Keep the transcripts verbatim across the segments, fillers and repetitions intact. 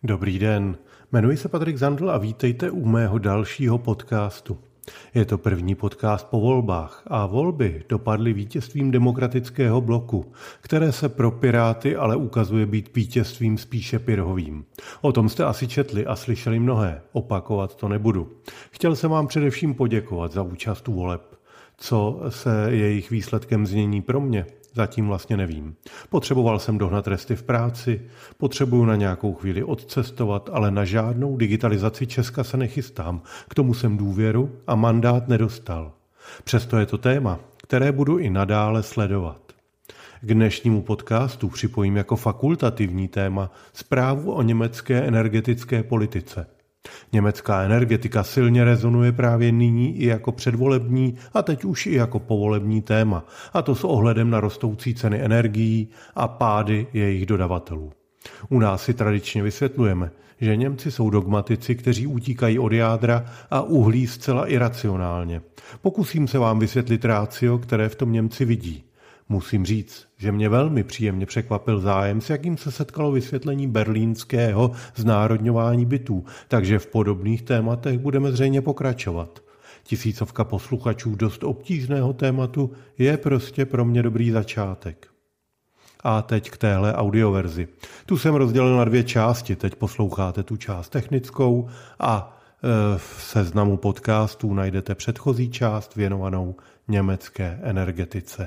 Dobrý den, jmenuji se Patrik Zandl a vítejte u mého dalšího podcastu. Je to první podcast po volbách a volby dopadly vítězstvím Demokratického bloku, které se pro Piráty ale ukazuje být vítězstvím spíše pirhovým. O tom jste asi četli a slyšeli mnohé, opakovat to nebudu. Chtěl jsem vám především poděkovat za účast u voleb. Co se jejich výsledkem změní pro mě? Zatím vlastně nevím. Potřeboval jsem dohnat resty v práci, potřebuju na nějakou chvíli odcestovat, ale na žádnou digitalizaci Česka se nechystám. K tomu jsem důvěru a mandát nedostal. Přesto je to téma, které budu i nadále sledovat. K dnešnímu podcastu připojím jako fakultativní téma zprávu o německé energetické politice. Německá energetika silně rezonuje právě nyní i jako předvolební a teď už i jako povolební téma, a to s ohledem na rostoucí ceny energií a pády jejich dodavatelů. U nás si tradičně vysvětlujeme, že Němci jsou dogmatici, kteří utíkají od jádra a uhlí zcela iracionálně. Pokusím se vám vysvětlit ratio, které v tom Němci vidí. Musím říct, že mě velmi příjemně překvapil zájem, s jakým se setkalo vysvětlení berlínského znárodňování bytů, takže v podobných tématech budeme zřejmě pokračovat. Tisícovka posluchačů dost obtížného tématu je prostě pro mě dobrý začátek. A teď k téhle audioverzi. Tu jsem rozdělil na dvě části, teď posloucháte tu část technickou a e, v seznamu podcastů najdete předchozí část věnovanou německé energetice.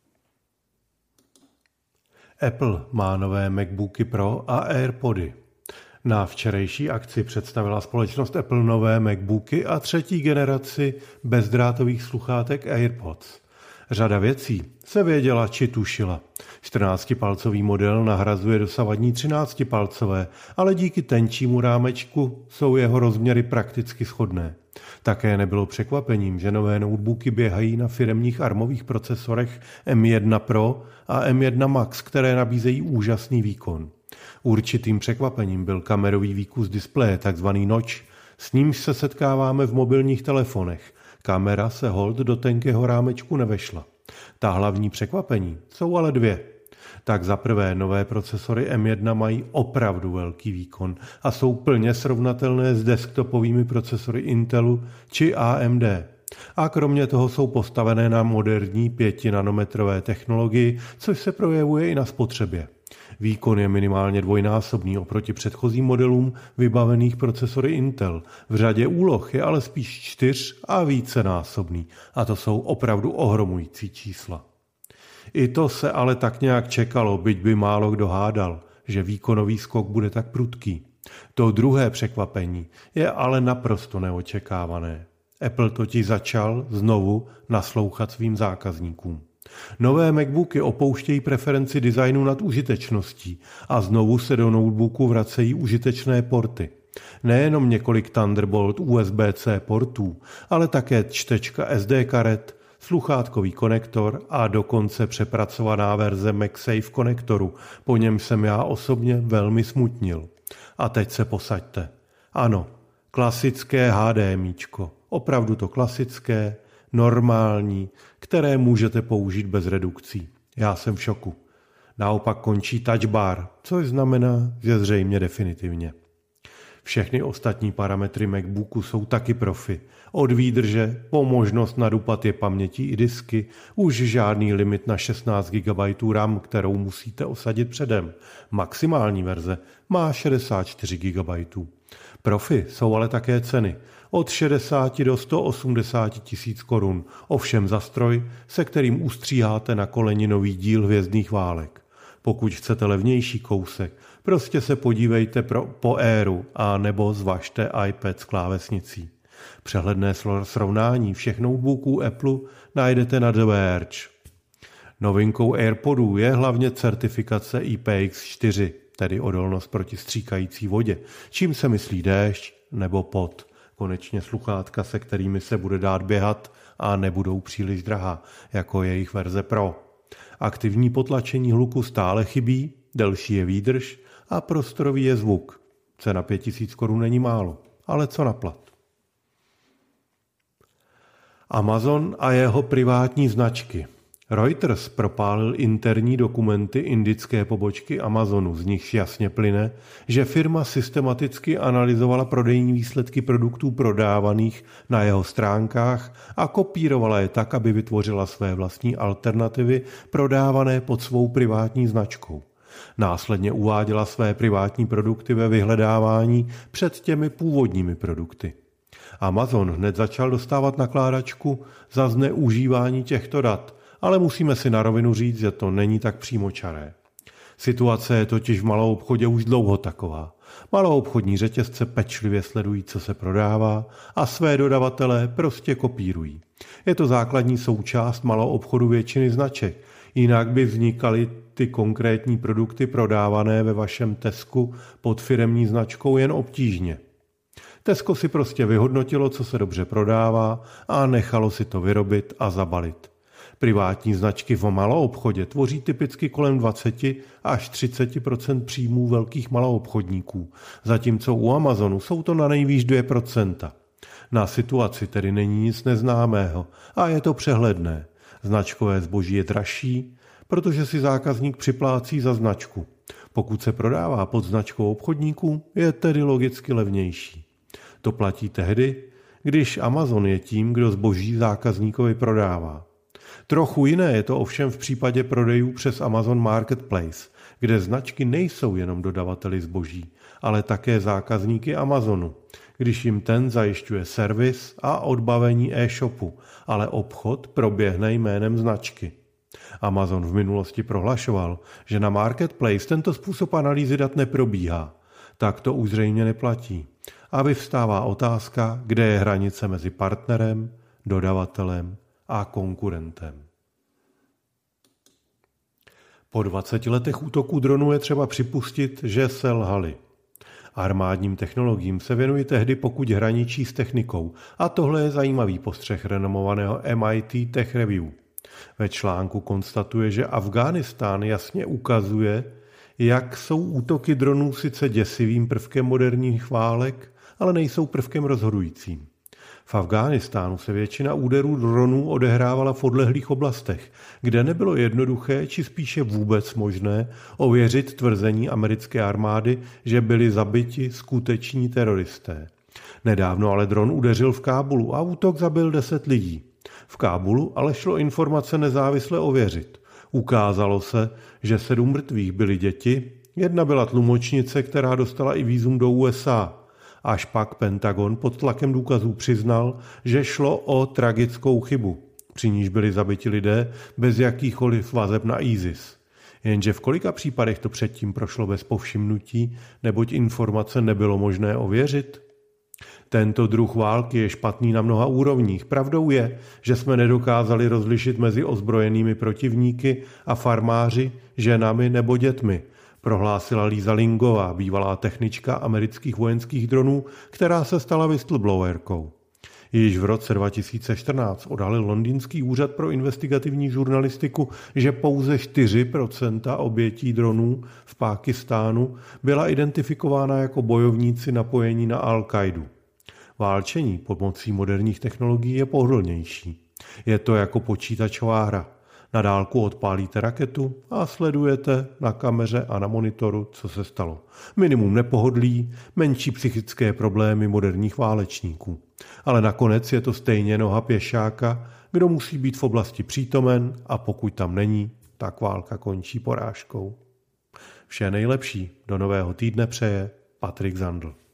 Apple má nové MacBooky Pro a AirPody. Na včerejší akci představila společnost Apple nové MacBooky a třetí generaci bezdrátových sluchátek AirPods. Řada věcí se věděla či tušila. čtrnáctipalcový model nahrazuje dosavadní třináctipalcové, ale díky tenčímu rámečku jsou jeho rozměry prakticky shodné. Také nebylo překvapením, že nové notebooky běhají na firemních armových procesorech M jedna Pro a M jedna Max, které nabízejí úžasný výkon. Určitým překvapením byl kamerový výkus displeje, takzvaný notch, s nímž se setkáváme v mobilních telefonech. Kamera se hold do tenkého rámečku nevešla. Ta hlavní překvapení jsou ale dvě. Tak za prvé, nové procesory M jedna mají opravdu velký výkon a jsou plně srovnatelné s desktopovými procesory Intelu či A M D. A kromě toho jsou postavené na moderní pětinanometrové technologii, což se projevuje i na spotřebě. Výkon je minimálně dvojnásobný oproti předchozím modelům vybavených procesory Intel. V řadě úloh je ale spíš čtyř a vícenásobný. A to jsou opravdu ohromující čísla. I to se ale tak nějak čekalo, byť by málo kdo hádal, že výkonový skok bude tak prudký. To druhé překvapení je ale naprosto neočekávané. Apple totiž začal znovu naslouchat svým zákazníkům. Nové MacBooky opouštějí preferenci designu nad užitečností a znovu se do notebooku vracejí užitečné porty. Nejenom několik Thunderbolt U S B C portů, ale také čtečka S D karet, sluchátkový konektor a dokonce přepracovaná verze MagSafe konektoru, po něm jsem já osobně velmi smutnil. A teď se posaďte. Ano, klasické HDMIčko, opravdu to klasické, normální, které můžete použít bez redukcí. Já jsem v šoku. Naopak končí touch bar, což znamená, že zřejmě definitivně. Všechny ostatní parametry MacBooku jsou taky profi. Od výdrže po možnost nadupat je paměti i disky, už žádný limit na šestnáct gigabajtů RAM, kterou musíte osadit předem. Maximální verze má šedesát čtyři gigabajtů. Profi jsou ale také ceny. Od šedesát do sto osmdesát tisíc korun, ovšem za stroj, se kterým ustříháte na koleni nový díl Hvězdných válek. Pokud chcete levnější kousek, prostě se podívejte pro, po Airu a nebo zvažte iPad s klávesnicí. Přehledné srovnání všech notebooků Apple najdete na The Verge. Novinkou AirPodů je hlavně certifikace I P X čtyři, tedy odolnost proti stříkající vodě, čím se myslí déšť nebo pot. Konečně sluchátka, se kterými se bude dát běhat a nebudou příliš drahá, jako jejich verze Pro. Aktivní potlačení hluku stále chybí, delší je výdrž a prostorový je zvuk. Cena pět tisíc korun není málo, ale co na plat? Amazon a jeho privátní značky. Reuters propálil interní dokumenty indické pobočky Amazonu, z nichž jasně plyne, že firma systematicky analyzovala prodejní výsledky produktů prodávaných na jeho stránkách a kopírovala je tak, aby vytvořila své vlastní alternativy prodávané pod svou privátní značkou. Následně uváděla své privátní produkty ve vyhledávání před těmi původními produkty. Amazon hned začal dostávat nakládačku za zneužívání těchto dat, ale musíme si na rovinu říct, že to není tak přímočaré. Situace je totiž v maloobchodě už dlouho taková. Maloobchodní řetězce pečlivě sledují, co se prodává a své dodavatele prostě kopírují. Je to základní součást maloobchodu většiny značek, jinak by vznikaly ty konkrétní produkty prodávané ve vašem Tescu pod firemní značkou jen obtížně. Tesco si prostě vyhodnotilo, co se dobře prodává a nechalo si to vyrobit a zabalit. Privátní značky v maloobchodě tvoří typicky kolem dvacet až třicet procent příjmů velkých maloobchodníků, zatímco u Amazonu jsou to na nejvýš dvě procenta. Na situaci tedy není nic neznámého a je to přehledné. Značkové zboží je dražší, protože si zákazník připlácí za značku. Pokud se prodává pod značkou obchodníků, je tedy logicky levnější. To platí tehdy, když Amazon je tím, kdo zboží zákazníkovi prodává. Trochu jiné je to ovšem v případě prodejů přes Amazon Marketplace, kde značky nejsou jenom dodavateli zboží, ale také zákazníky Amazonu, když jim ten zajišťuje servis a odbavení e-shopu, ale obchod proběhne jménem značky. Amazon v minulosti prohlašoval, že na Marketplace tento způsob analýzy dat neprobíhá. Tak to už zřejmě neplatí. A vyvstává otázka, kde je hranice mezi partnerem, dodavatelem a konkurentem. Po dvaceti letech útoků dronů je třeba připustit, že selhali. Armádním technologiím se věnují tehdy, pokud hraničí s technikou, a tohle je zajímavý postřeh renomovaného M I T Tech Review. Ve článku konstatuje, že Afghánistán jasně ukazuje, jak jsou útoky dronů sice děsivým prvkem moderních válek, ale nejsou prvkem rozhodujícím. V Afghánistánu se většina úderů dronů odehrávala v odlehlých oblastech, kde nebylo jednoduché, či spíše vůbec možné ověřit tvrzení americké armády, že byli zabiti skuteční teroristé. Nedávno ale dron udeřil v Kábulu a útok zabil deset lidí. V Kábulu ale šlo informace nezávisle ověřit. Ukázalo se, že sedm mrtvých byly děti, jedna byla tlumočnice, která dostala i vízum do U S A. Až pak Pentagon pod tlakem důkazů přiznal, že šlo o tragickou chybu, při níž byli zabiti lidé bez jakýchkoliv vazeb na ISIS. Jenže v kolika případech to předtím prošlo bez povšimnutí, neboť informace nebylo možné ověřit? Tento druh války je špatný na mnoha úrovních. Pravdou je, že jsme nedokázali rozlišit mezi ozbrojenými protivníky a farmáři, ženami nebo dětmi, prohlásila Lisa Lingová, bývalá technička amerických vojenských dronů, která se stala whistleblowerkou. Již v roce dva tisíce čtrnáct odhalil londýnský úřad pro investigativní žurnalistiku, že pouze čtyři procenta obětí dronů v Pákistánu byla identifikována jako bojovníci napojení na Al-Kaidu. Válčení pomocí moderních technologií je pohodlnější. Je to jako počítačová hra. Na dálku odpálíte raketu a sledujete na kameře a na monitoru, co se stalo. Minimum nepohodlí, menší psychické problémy moderních válečníků. Ale nakonec je to stejně noha pěšáka, kdo musí být v oblasti přítomen, a pokud tam není, tak válka končí porážkou. Vše nejlepší do nového týdne přeje Patrik Zandl.